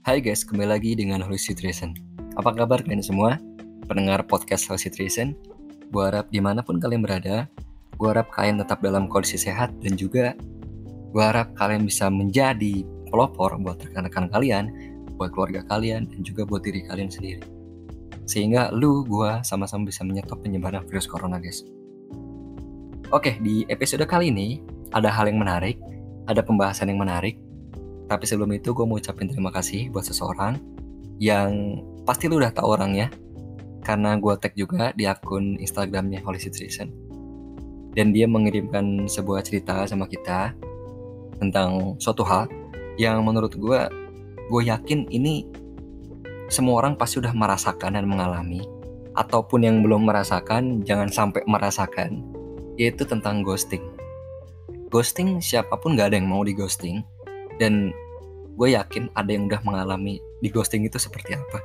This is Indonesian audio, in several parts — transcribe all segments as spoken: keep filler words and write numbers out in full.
Hai guys, kembali lagi dengan Holy Situation. Apa kabar kalian semua? Pendengar podcast Holy Situation. Gue harap dimanapun kalian berada, gue harap kalian tetap dalam kondisi sehat. Dan juga gue harap kalian bisa menjadi pelopor buat rekan-rekan kalian, buat keluarga kalian, dan juga buat diri kalian sendiri. Sehingga lu, gue sama-sama bisa menyetop penyebaran virus corona guys. Oke, di episode kali ini ada hal yang menarik, ada pembahasan yang menarik. Tapi sebelum itu gue mau ucapin terima kasih buat seseorang yang pasti lu udah tahu orangnya, karena gue tag juga di akun Instagramnya Holy Situation. Dan dia mengirimkan sebuah cerita sama kita tentang suatu hal yang menurut gue, gue yakin ini semua orang pasti udah merasakan dan mengalami. Ataupun yang belum merasakan, jangan sampai merasakan, yaitu tentang ghosting. Ghosting, siapapun gak ada yang mau di ghosting. Dan gue yakin ada yang udah mengalami di ghosting itu seperti apa.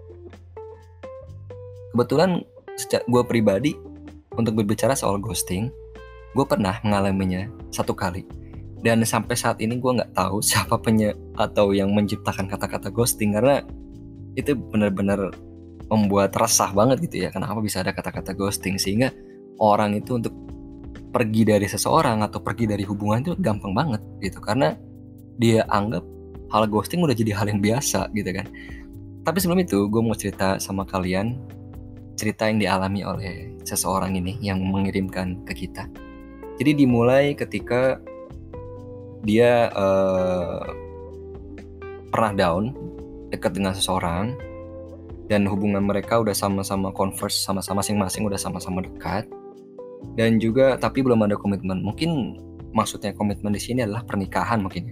Kebetulan gue pribadi untuk berbicara soal ghosting, gue pernah mengalaminya satu kali. Dan sampai saat ini gue gak tahu siapa penye atau yang menciptakan kata-kata ghosting, karena itu benar-benar membuat resah banget gitu ya. Kenapa bisa ada kata-kata ghosting sehingga orang itu untuk pergi dari seseorang atau pergi dari hubungan itu gampang banget gitu, karena dia anggap hal ghosting udah jadi hal yang biasa gitu kan. Tapi sebelum itu gue mau cerita sama kalian cerita yang dialami oleh seseorang ini yang mengirimkan ke kita. Jadi dimulai ketika dia uh, pernah down dekat dengan seseorang, dan hubungan mereka udah sama-sama converse, sama-sama masing-masing udah sama-sama dekat, dan juga tapi belum ada komitmen. Mungkin maksudnya komitmen di sini adalah pernikahan mungkin ya.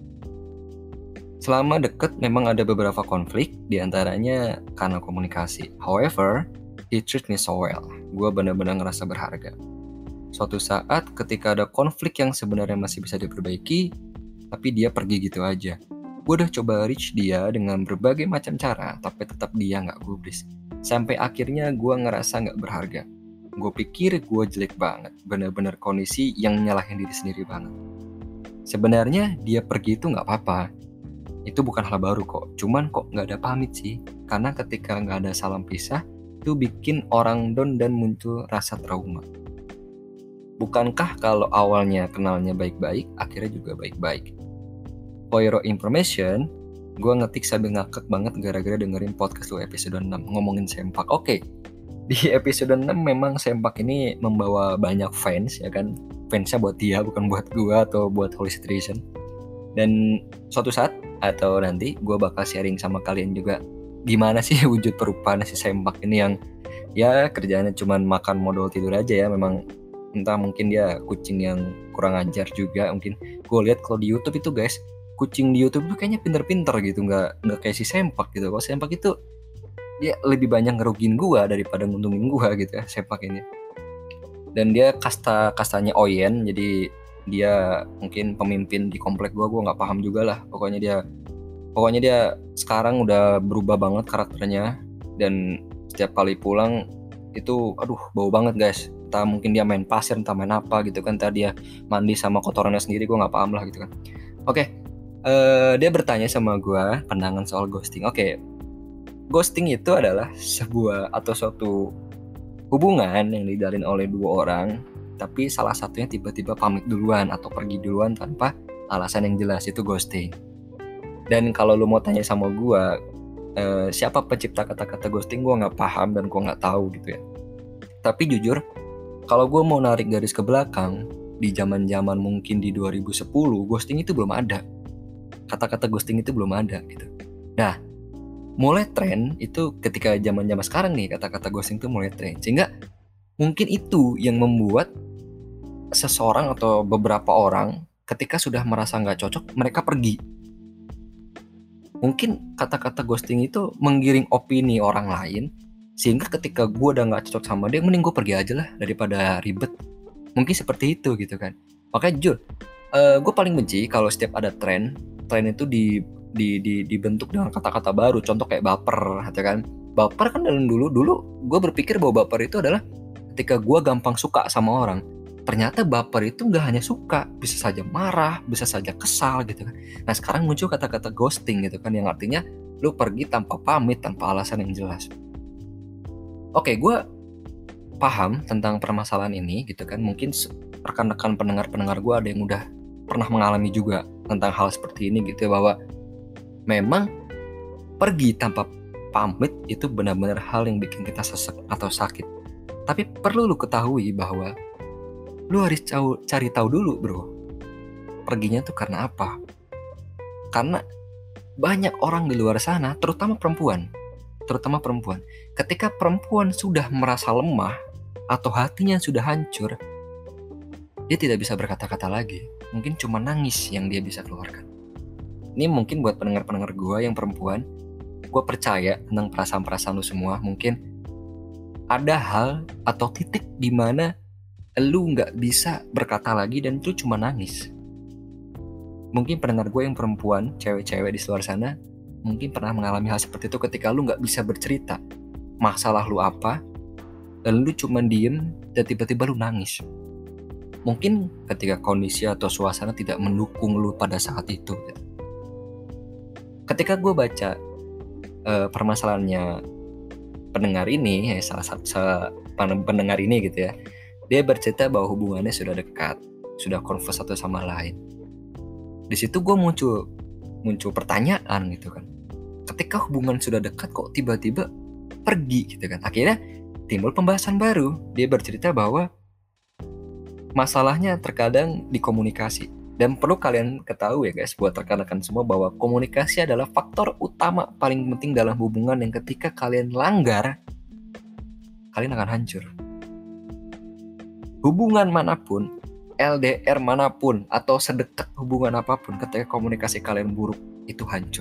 Selama deket memang ada beberapa konflik, diantaranya karena komunikasi. However, he treat me so well. Gue benar-benar ngerasa berharga. Suatu saat ketika ada konflik yang sebenarnya masih bisa diperbaiki, tapi dia pergi gitu aja. Gue udah coba reach dia dengan berbagai macam cara, tapi tetap dia gak gubris. Sampai akhirnya gue ngerasa gak berharga. Gue pikir gue jelek banget, benar-benar kondisi yang nyalahin diri sendiri banget. Sebenarnya dia pergi itu gak apa-apa. Itu bukan hal baru kok, cuman kok gak ada pamit sih. Karena ketika gak ada salam pisah, itu bikin orang down dan muncul rasa trauma. Bukankah kalau awalnya kenalnya baik-baik, akhirnya juga baik-baik? For your information, gue ngetik sambil ngakak banget gara-gara dengerin podcast lu episode enam, ngomongin sempak. Oke, di episode enam memang sempak ini membawa banyak fans ya kan. Fansnya buat dia, bukan buat gue atau buat Holy Situation. Dan suatu saat atau nanti gue bakal sharing sama kalian juga gimana sih wujud perubahan si sempak ini yang ya kerjaannya cuman makan modal tidur aja ya. Memang entah mungkin dia kucing yang kurang ajar juga mungkin. Gue lihat kalau di YouTube itu guys, kucing di YouTube tuh kayaknya pinter-pinter gitu, nggak nggak kayak si sempak gitu. Kalau sempak itu dia lebih banyak ngerugiin gue daripada nguntungin gue gitu ya sempak ini. Dan dia kasta kastanya Oyen, jadi dia mungkin pemimpin di komplek gue, gue nggak paham juga lah. Pokoknya dia, pokoknya dia sekarang udah berubah banget karakternya, dan setiap kali pulang itu, aduh bau banget guys. Entah mungkin dia main pasir, entah main apa gitu kan. Entah dia mandi sama kotorannya sendiri, gue nggak paham lah gitu kan. Oke, uh, dia bertanya sama gue pandangan soal ghosting. Oke, ghosting itu adalah sebuah atau suatu hubungan yang dijalin oleh dua orang, tapi salah satunya tiba-tiba pamit duluan atau pergi duluan tanpa alasan yang jelas, itu ghosting. Dan kalau lu mau tanya sama gue, eh, siapa pencipta kata-kata ghosting, gue gak paham dan gue gak tahu gitu ya. Tapi jujur, kalau gue mau narik garis ke belakang, di zaman-zaman mungkin di dua ribu sepuluh, ghosting itu belum ada. Kata-kata ghosting itu belum ada gitu. Nah, mulai tren itu ketika zaman-zaman sekarang nih, kata-kata ghosting itu mulai tren. Sehingga mungkin itu yang membuat seseorang atau beberapa orang ketika sudah merasa gak cocok, mereka pergi. Mungkin kata-kata ghosting itu menggiring opini orang lain, sehingga ketika gue udah gak cocok sama dia, mending gue pergi aja lah daripada ribet. Mungkin seperti itu gitu kan. Makanya jujur, uh, gue paling benci kalau setiap ada tren, tren itu di, di, di, dibentuk dengan kata-kata baru. Contoh kayak baper gitu kan. Baper kan dari dulu, dulu gue berpikir bahwa baper itu adalah ketika gue gampang suka sama orang. ternyata baper itu nggak hanya suka, bisa saja marah, bisa saja kesal gitu kan. Nah sekarang muncul kata-kata ghosting gitu kan, yang artinya lu pergi tanpa pamit, tanpa alasan yang jelas. Oke, gue paham tentang permasalahan ini gitu kan. Mungkin rekan-rekan pendengar-pendengar gue ada yang udah pernah mengalami juga tentang hal seperti ini gitu ya, bahwa memang pergi tanpa pamit itu benar-benar hal yang bikin kita sesek atau sakit. Tapi perlu lu ketahui bahwa lu harus cari tahu dulu bro, perginya tuh karena apa. Karena banyak orang di luar sana, terutama perempuan, terutama perempuan, ketika perempuan sudah merasa lemah atau hatinya sudah hancur, dia tidak bisa berkata-kata lagi. Mungkin cuma nangis yang dia bisa keluarkan. Ini mungkin buat pendengar-pendengar gue yang perempuan, gue percaya tentang perasaan-perasaan lu semua. Mungkin ada hal atau titik di mana lu nggak bisa berkata lagi dan lu cuma nangis. Mungkin pendengar gue yang perempuan, cewek-cewek di luar sana, mungkin pernah mengalami hal seperti itu ketika lu gak bisa bercerita masalah lu apa, dan lu cuma diem dan tiba-tiba lu nangis. Mungkin ketika kondisi atau suasana tidak mendukung lu pada saat itu gitu. Ketika gue baca uh, permasalahannya pendengar ini, ya, salah satu pendengar ini gitu ya, dia bercerita bahwa hubungannya sudah dekat, sudah converse satu sama lain. Di situ gue muncul muncul pertanyaan gitu kan. Ketika hubungan sudah dekat kok tiba-tiba pergi gitu kan. Akhirnya timbul pembahasan baru. Dia bercerita bahwa masalahnya terkadang di komunikasi. Dan perlu kalian ketahui ya guys, buat rekan-rekan semua, bahwa komunikasi adalah faktor utama paling penting dalam hubungan yang ketika kalian langgar, kalian akan hancur. Hubungan manapun, L D R manapun, atau sedekat hubungan apapun, ketika komunikasi kalian buruk, itu hancur.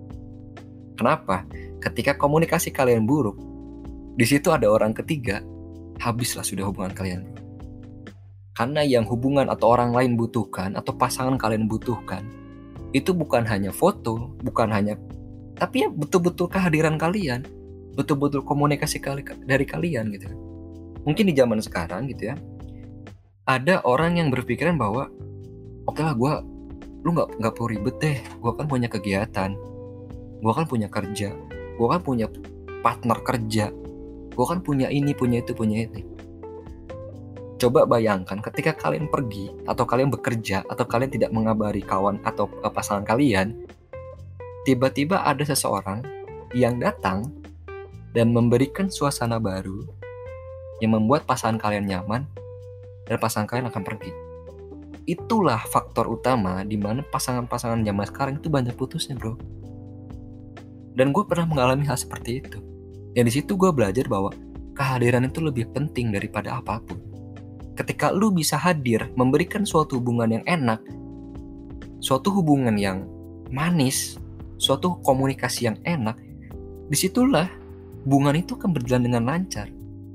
Kenapa? Ketika komunikasi kalian buruk, di situ ada orang ketiga, habislah sudah hubungan kalian. Karena yang hubungan atau orang lain butuhkan, atau pasangan kalian butuhkan, itu bukan hanya foto, bukan hanya, tapi ya betul-betul kehadiran kalian, betul-betul komunikasi kali, dari kalian gitu. Mungkin di zaman sekarang gitu ya, ada orang yang berpikiran bahwa oke lah gue, lu nggak nggak perlu ribet deh, gue kan punya kegiatan, gue kan punya kerja, gue kan punya partner kerja, gue kan punya ini, punya itu, punya itu. Coba bayangkan ketika kalian pergi, atau kalian bekerja, atau kalian tidak mengabari kawan atau pasangan kalian, tiba-tiba ada seseorang yang datang dan memberikan suasana baru yang membuat pasangan kalian nyaman, dan pasangan kalian akan pergi. Itulah faktor utama di mana pasangan-pasangan zaman sekarang itu banyak putusnya bro. Dan gue pernah mengalami hal seperti itu. Dan di situ gue belajar bahwa kehadiran itu lebih penting daripada apapun. Ketika lu bisa hadir, memberikan suatu hubungan yang enak, suatu hubungan yang manis, suatu komunikasi yang enak, disitulah hubungan itu akan berjalan dengan lancar.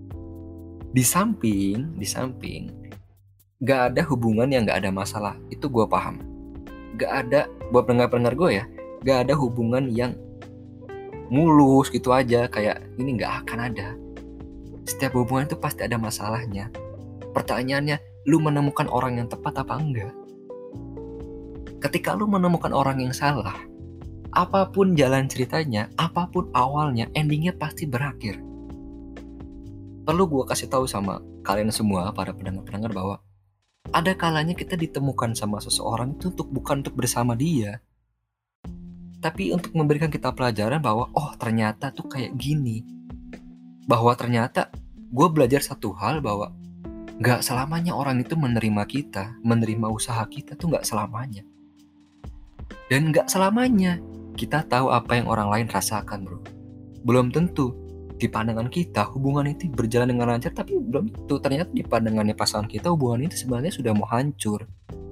Di samping, di samping, gak ada hubungan yang gak ada masalah. Itu gue paham. Gak ada, buat pendengar-pendengar gue ya, gak ada hubungan yang mulus gitu aja, kayak ini gak akan ada. Setiap hubungan itu pasti ada masalahnya. Pertanyaannya, lu menemukan orang yang tepat apa enggak? Ketika lu menemukan orang yang salah, apapun jalan ceritanya, apapun awalnya, endingnya pasti berakhir. Perlu gue kasih tahu sama kalian semua, para pendengar-pendengar, bahwa ada kalanya kita ditemukan sama seseorang itu untuk bukan untuk bersama dia, tapi untuk memberikan kita pelajaran bahwa oh ternyata tuh kayak gini. Bahwa ternyata gue belajar satu hal, bahwa gak selamanya orang itu menerima kita, menerima usaha kita tuh gak selamanya. Dan gak selamanya kita tahu apa yang orang lain rasakan bro. Belum tentu di pandangan kita hubungan itu berjalan dengan lancar, tapi belum tentu ternyata di pandangannya pasangan kita hubungan itu sebenarnya sudah mau hancur.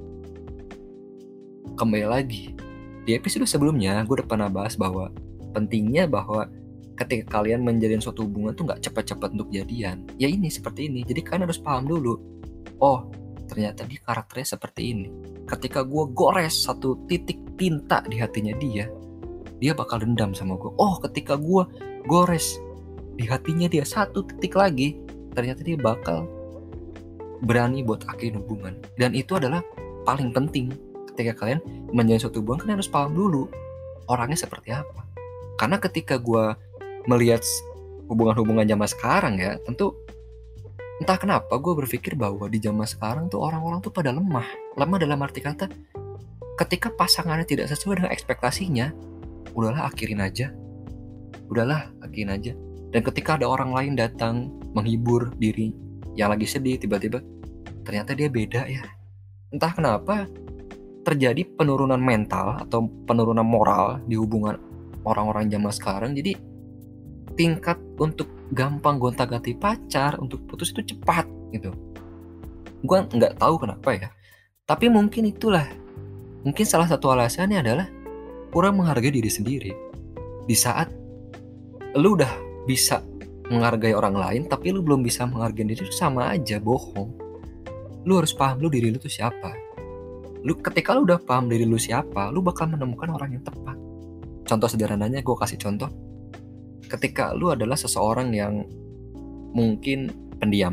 Kembali lagi, di episode sebelumnya gue udah pernah bahas bahwa pentingnya bahwa ketika kalian menjalin suatu hubungan tuh gak cepat-cepat untuk jadian. Ya ini seperti ini, jadi kalian harus paham dulu. Oh ternyata dia karakternya seperti ini. Ketika gue gores satu titik tinta di hatinya dia, dia bakal dendam sama gue. Oh ketika gue gores di hatinya dia satu titik lagi, ternyata dia bakal berani buat akhirin hubungan. Dan itu adalah paling penting. Ketika kalian menjalin suatu hubungan, kalian harus paham dulu orangnya seperti apa. Karena ketika gue melihat hubungan-hubungan zaman sekarang ya, tentu entah kenapa gue berpikir bahwa di zaman sekarang tuh orang-orang tuh pada lemah. Lemah dalam arti kata, ketika pasangannya tidak sesuai dengan ekspektasinya, udahlah akhirin aja. Udahlah akhirin aja. Dan ketika ada orang lain datang menghibur diri yang lagi sedih, tiba-tiba ternyata dia beda ya. Entah kenapa terjadi penurunan mental atau penurunan moral di hubungan orang-orang zaman sekarang. Jadi tingkat untuk gampang gonta-ganti pacar, untuk putus itu cepat gitu. Gue nggak tahu kenapa ya. Tapi mungkin itulah, mungkin salah satu alasannya adalah kurang menghargai diri sendiri. Di saat lu udah bisa menghargai orang lain, tapi lu belum bisa menghargai diri, itu sama aja bohong. Lu harus paham lu diri lu tuh siapa. Lu ketika lu udah paham diri lu siapa, lu bakal menemukan orang yang tepat. Contoh sederhananya, gue kasih contoh. Ketika lu adalah seseorang yang mungkin pendiam.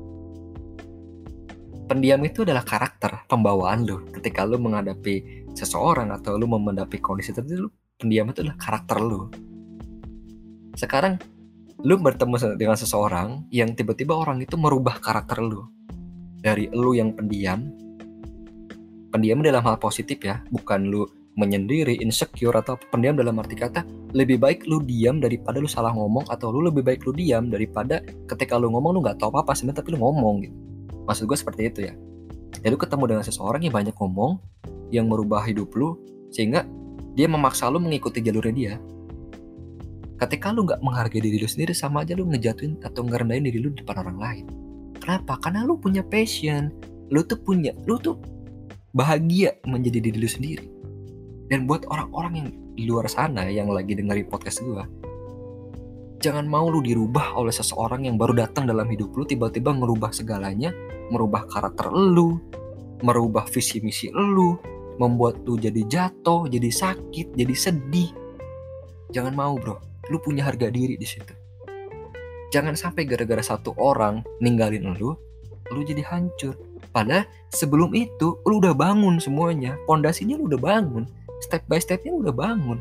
Pendiam itu adalah karakter, pembawaan lu. Ketika lu menghadapi seseorang atau lu menghadapi kondisi tertentu, pendiam itu adalah karakter lu. Sekarang lu bertemu dengan seseorang yang tiba-tiba orang itu merubah karakter lu. Dari lu yang pendiam, pendiam dalam hal positif ya, bukan lu menyendiri, insecure, atau pendiam dalam arti kata lebih baik lu diam daripada lu salah ngomong, atau lu lebih baik lu diam daripada ketika lu ngomong lu gak tahu apa-apa sebenarnya tapi lu ngomong gitu. Maksud gue seperti itu ya. Jadi lu ketemu dengan seseorang yang banyak ngomong, yang merubah hidup lu, sehingga dia memaksa lu mengikuti jalurnya dia. Ketika lu gak menghargai diri lu sendiri, sama aja lu ngejatuhin atau ngerendahin diri lu di depan orang lain. Kenapa? Karena lu punya passion. Lu tuh punya, lu tuh bahagia menjadi diri lu sendiri. Dan buat orang-orang yang di luar sana yang lagi dengerin podcast gue, jangan mau lu dirubah oleh seseorang yang baru datang dalam hidup lu, tiba-tiba ngerubah segalanya, merubah karakter lu, merubah visi misi lu, membuat lu jadi jatuh, jadi sakit, jadi sedih. Jangan mau bro, lu punya harga diri di situ. Jangan sampai gara-gara satu orang ninggalin lu, lu jadi hancur. Padahal sebelum itu lu udah bangun semuanya, pondasinya lu udah bangun, step by stepnya lu udah bangun.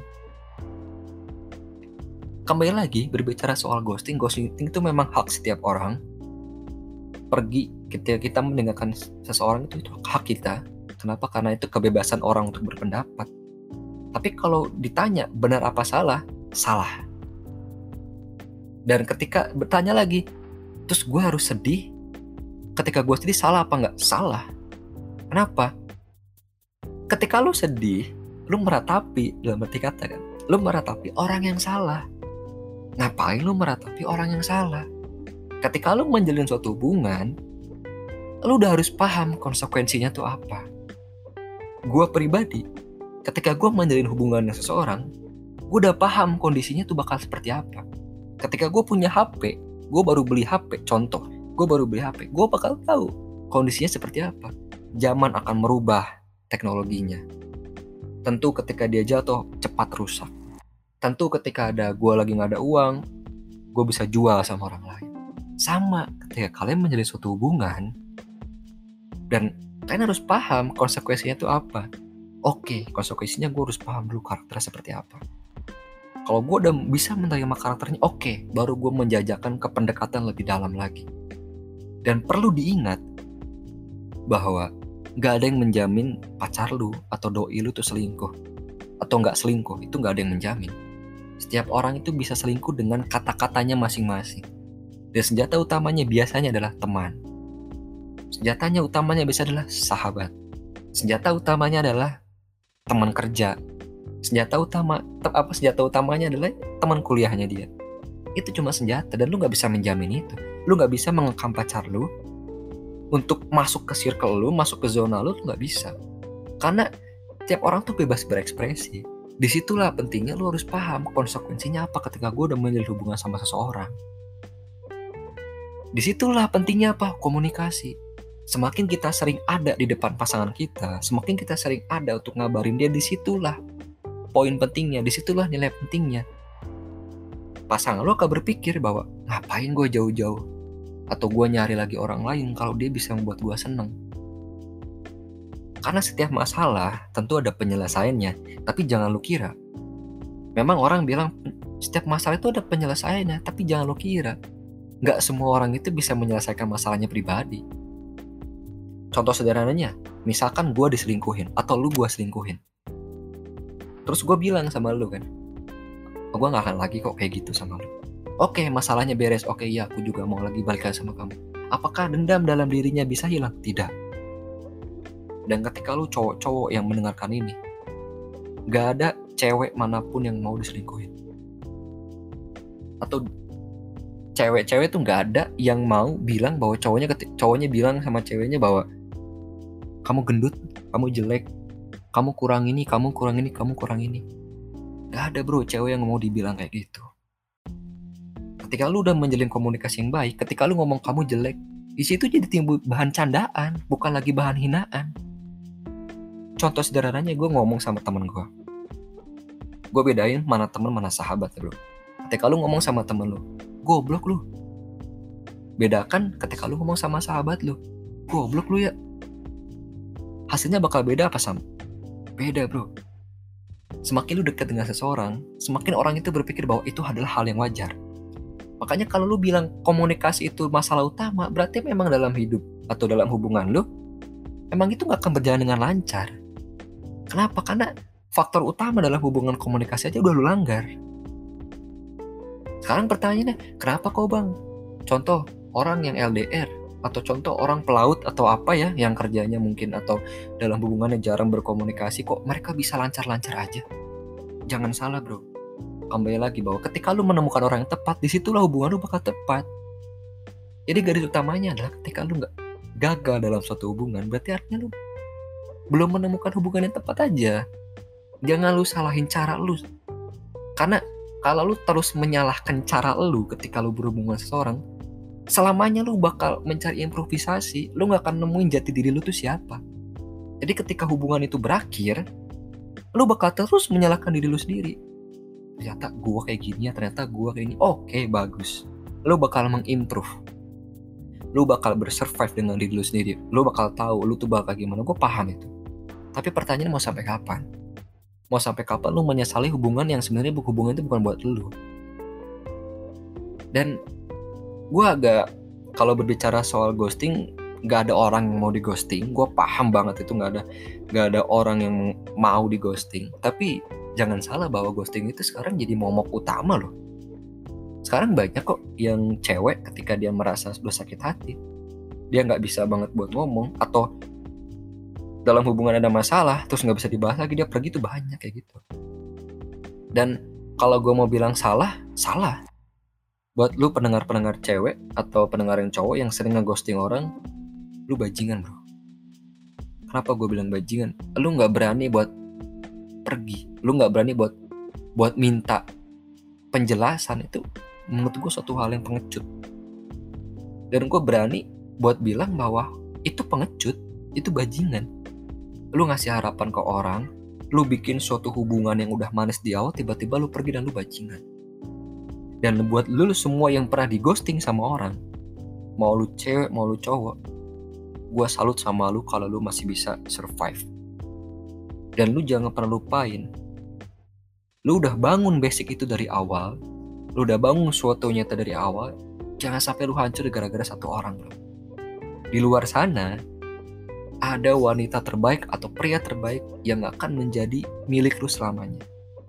Kembali lagi berbicara soal ghosting, ghosting itu memang hak setiap orang. Pergi ketika kita mendengarkan seseorang itu, itu hak kita. Kenapa? Karena itu kebebasan orang untuk berpendapat. Tapi kalau ditanya benar apa salah, salah. Dan ketika bertanya lagi, terus gue harus sedih? Ketika gue sedih salah apa enggak? Salah. Kenapa? Ketika lu sedih, lu meratapi, dalam arti kata kan, lu meratapi orang yang salah. Ngapain lu meratapi orang yang salah? Ketika lu menjalin suatu hubungan, lu udah harus paham konsekuensinya tuh apa. Gue pribadi, ketika gue menjalin hubungan dengan seseorang, gue udah paham kondisinya tuh bakal seperti apa. Ketika gue punya H P, gue baru beli H P, contoh, gue baru beli H P, gue bakal tahu kondisinya seperti apa. Zaman akan merubah teknologinya. Tentu ketika dia jatuh, cepat rusak. Tentu ketika ada gue lagi gak ada uang, gue bisa jual sama orang lain. Sama ketika kalian menjalin suatu hubungan, dan kalian harus paham konsekuensinya itu apa. Oke, konsekuensinya gue harus paham dulu karakternya seperti apa. Kalau gue udah bisa menerima karakternya, oke, baru gue menjajakan ke pendekatan lebih dalam lagi. Dan perlu diingat bahwa gak ada yang menjamin pacar lu atau doi lu tuh selingkuh atau gak selingkuh, itu gak ada yang menjamin. Setiap orang itu bisa selingkuh dengan kata-katanya masing-masing. Dan senjata utamanya biasanya adalah teman. Senjatanya utamanya biasanya adalah sahabat. Senjata utamanya adalah teman kerja. Senjata utama te- apa senjata utamanya adalah teman kuliahnya dia. Itu cuma senjata dan lu nggak bisa menjamin itu. Lu nggak bisa mengekang pacar lu untuk masuk ke circle lu, masuk ke zona lu, lu nggak bisa. Karena tiap orang tuh bebas berekspresi. Disitulah pentingnya lu harus paham konsekuensinya apa ketika gue udah menjalin hubungan sama seseorang. Disitulah pentingnya apa? Komunikasi. Semakin kita sering ada di depan pasangan kita, semakin kita sering ada untuk ngabarin dia, disitulah poin pentingnya, disitulah nilai pentingnya. Pasangan lo akan berpikir bahwa ngapain gue jauh-jauh, atau gue nyari lagi orang lain kalau dia bisa membuat gue seneng. Karena setiap masalah tentu ada penyelesaiannya, tapi jangan lu kira. Memang orang bilang setiap masalah itu ada penyelesaiannya, tapi jangan lu kira. Nggak semua orang itu bisa menyelesaikan masalahnya pribadi. Contoh sederhananya, misalkan gue diselingkuhin, atau lu gue selingkuhin. Terus gue bilang sama lu kan, oh, gue gak akan lagi kok kayak gitu sama lu. Oke, masalahnya beres. Oke, iya, aku juga mau lagi balikan sama kamu. Apakah dendam dalam dirinya bisa hilang? Tidak. Dan ketika lu cowok-cowok yang mendengarkan ini, gak ada cewek manapun yang mau diselingkuhin. Atau cewek-cewek tuh gak ada yang mau bilang bahwa cowoknya cowoknya bilang sama ceweknya bahwa kamu gendut, kamu jelek, kamu kurang ini, kamu kurang ini, kamu kurang ini. Gak ada bro cewek yang mau dibilang kayak gitu. Ketika lu udah menjalin komunikasi yang baik, ketika lu ngomong kamu jelek, di situ jadi timbul bahan candaan, bukan lagi bahan hinaan. Contoh sederhananya, gue ngomong sama temen gue. Gue bedain mana temen mana sahabat bro. Ketika lu ngomong sama temen lu, goblok lu. Bedakan ketika lu ngomong sama sahabat lu, goblok lu ya. Hasilnya bakal beda apa sama? Beda bro. Semakin lu dekat dengan seseorang, semakin orang itu berpikir bahwa itu adalah hal yang wajar. Makanya kalau lu bilang komunikasi itu masalah utama, berarti memang dalam hidup atau dalam hubungan lu, memang itu gak akan berjalan dengan lancar. Kenapa? Karena faktor utama dalam hubungan komunikasi aja udah lu langgar. Sekarang pertanyaannya, kenapa kok bang? Contoh, orang yang L D R, atau contoh orang pelaut atau apa ya, yang kerjanya mungkin atau dalam hubungannya jarang berkomunikasi, kok mereka bisa lancar-lancar aja? Jangan salah bro. Kembali lagi bahwa ketika lu menemukan orang yang tepat, disitulah hubungan lu bakal tepat. Jadi garis utamanya adalah ketika lu gak gagal dalam suatu hubungan, berarti artinya lu belum menemukan hubungan yang tepat aja. Jangan lu salahin cara lu. Karena kalau lu terus menyalahkan cara lu ketika lu berhubungan seseorang, selamanya lu bakal mencari improvisasi. Lu gak akan nemuin jati diri lu tuh siapa. Jadi ketika hubungan itu berakhir, lu bakal terus menyalahkan diri lu sendiri. Ternyata gue kayak gini ya, ternyata gue kayak ini. Oke, bagus. Lu bakal mengimprove. Lu bakal bersurvive dengan diri lu sendiri. Lu bakal tahu lu tuh bakal gimana. Gue paham itu. Tapi pertanyaan mau sampai kapan? Mau sampai kapan lu menyesali hubungan yang sebenarnya hubungan itu bukan buat lu? Dan gue agak, kalau berbicara soal ghosting, gak ada orang yang mau di ghosting. Gue paham banget itu gak ada, gak ada orang yang mau di ghosting. Tapi jangan salah bahwa ghosting itu sekarang jadi momok utama loh. Sekarang banyak kok yang cewek ketika dia merasa sudah sakit hati, dia gak bisa banget buat ngomong, atau dalam hubungan ada masalah terus gak bisa dibahas lagi, dia pergi tuh banyak kayak gitu. Dan kalau gue mau bilang salah, salah. Buat lu pendengar-pendengar cewek atau pendengar yang cowok yang sering nge-ghosting orang, lu bajingan bro. Kenapa gue bilang bajingan? Lu gak berani buat pergi, lu gak berani buat buat minta penjelasan, itu menurut gue suatu hal yang pengecut. Dan gue berani buat bilang bahwa itu pengecut, itu bajingan. Lu ngasih harapan ke orang, lu bikin suatu hubungan yang udah manis di awal, tiba-tiba lu pergi dan lu bajingan. Dan buat lu semua yang pernah di ghosting sama orang, mau lu cewek mau lu cowok, gue salut sama lu kalau lu masih bisa survive. Dan lu jangan pernah lupain, lu udah bangun basic itu dari awal, lu udah bangun suatu nyata dari awal. Jangan sampai lu hancur gara-gara satu orang bro. Di luar sana ada wanita terbaik atau pria terbaik yang akan menjadi milik lu selamanya.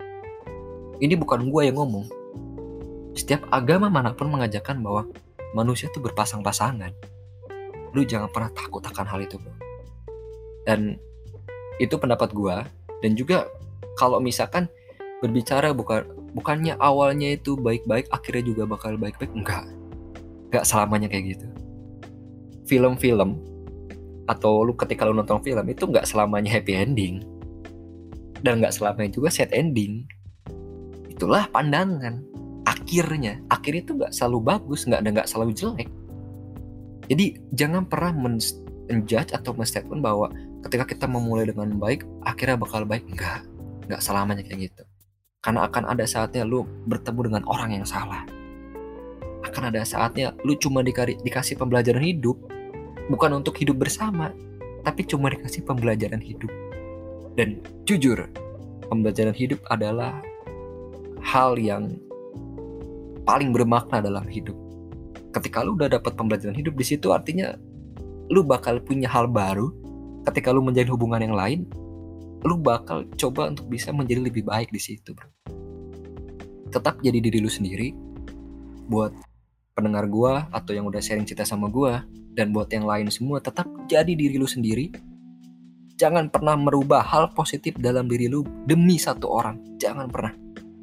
Ini bukan gue yang ngomong. Setiap agama manapun mengajarkan bahwa manusia itu berpasang-pasangan. Lu jangan pernah takut akan hal itu bro. Dan itu pendapat gue. Dan juga kalau misalkan berbicara bukan bukannya awalnya itu baik-baik, akhirnya juga bakal baik-baik, enggak. Enggak selamanya kayak gitu. Film-film atau lu ketika lu nonton film itu enggak selamanya happy ending. Dan enggak selamanya juga sad ending. Itulah pandangan. Akhirnya, akhirnya itu enggak selalu bagus, enggak ada enggak selalu jelek. Jadi jangan pernah menjudge atau men-statement bahwa ketika kita memulai dengan baik, akhirnya bakal baik. Enggak, enggak selamanya kayak gitu. Karena akan ada saatnya lu bertemu dengan orang yang salah. akan ada saatnya lu cuma dikari, dikasih pembelajaran hidup, bukan untuk hidup bersama, tapi cuma dikasih pembelajaran hidup. Dan jujur, pembelajaran hidup adalah hal yang paling bermakna dalam hidup. Ketika lu udah dapat pembelajaran hidup di situ, artinya lu bakal punya hal baru. Ketika lu menjalin hubungan yang lain, lu bakal coba untuk bisa menjadi lebih baik di situ, bro. Tetap jadi diri lu sendiri. Buat pendengar gua atau yang udah sharing cerita sama gua, dan buat yang lain semua, tetap jadi diri lu sendiri. Jangan pernah merubah hal positif dalam diri lu demi satu orang. Jangan pernah.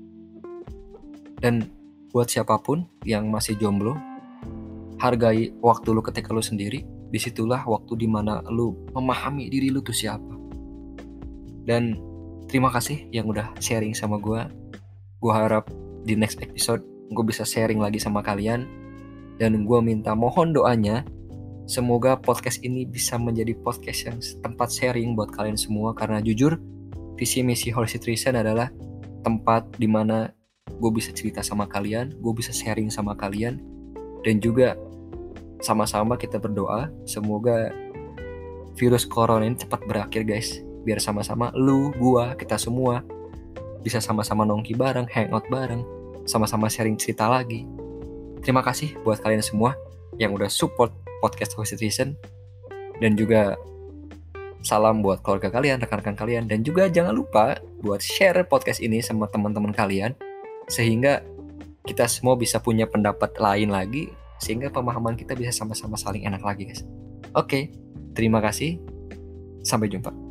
Dan buat siapapun yang masih jomblo, hargai waktu lu ketika lu sendiri. Disitulah waktu dimana lu memahami diri lu tuh siapa. Dan terima kasih yang udah sharing sama gue. Gue harap di next episode gue bisa sharing lagi sama kalian. Dan gue minta mohon doanya, semoga podcast ini bisa menjadi podcast yang tempat sharing buat kalian semua. Karena jujur, visi misi Holistic Nutrition adalah tempat dimana gue bisa cerita sama kalian, gue bisa sharing sama kalian, dan juga sama-sama kita berdoa semoga virus corona ini cepat berakhir, guys. Biar sama-sama lu, gua, kita semua bisa sama-sama nongki bareng, hangout bareng, sama-sama sharing cerita lagi. Terima kasih buat kalian semua yang udah support podcast Holistic Nutrition, dan juga salam buat keluarga kalian, rekan-rekan kalian, dan juga jangan lupa buat share podcast ini sama teman-teman kalian sehingga kita semua bisa punya pendapat lain lagi, sehingga pemahaman kita bisa sama-sama saling enak lagi, guys. Oke, terima kasih. Sampai jumpa.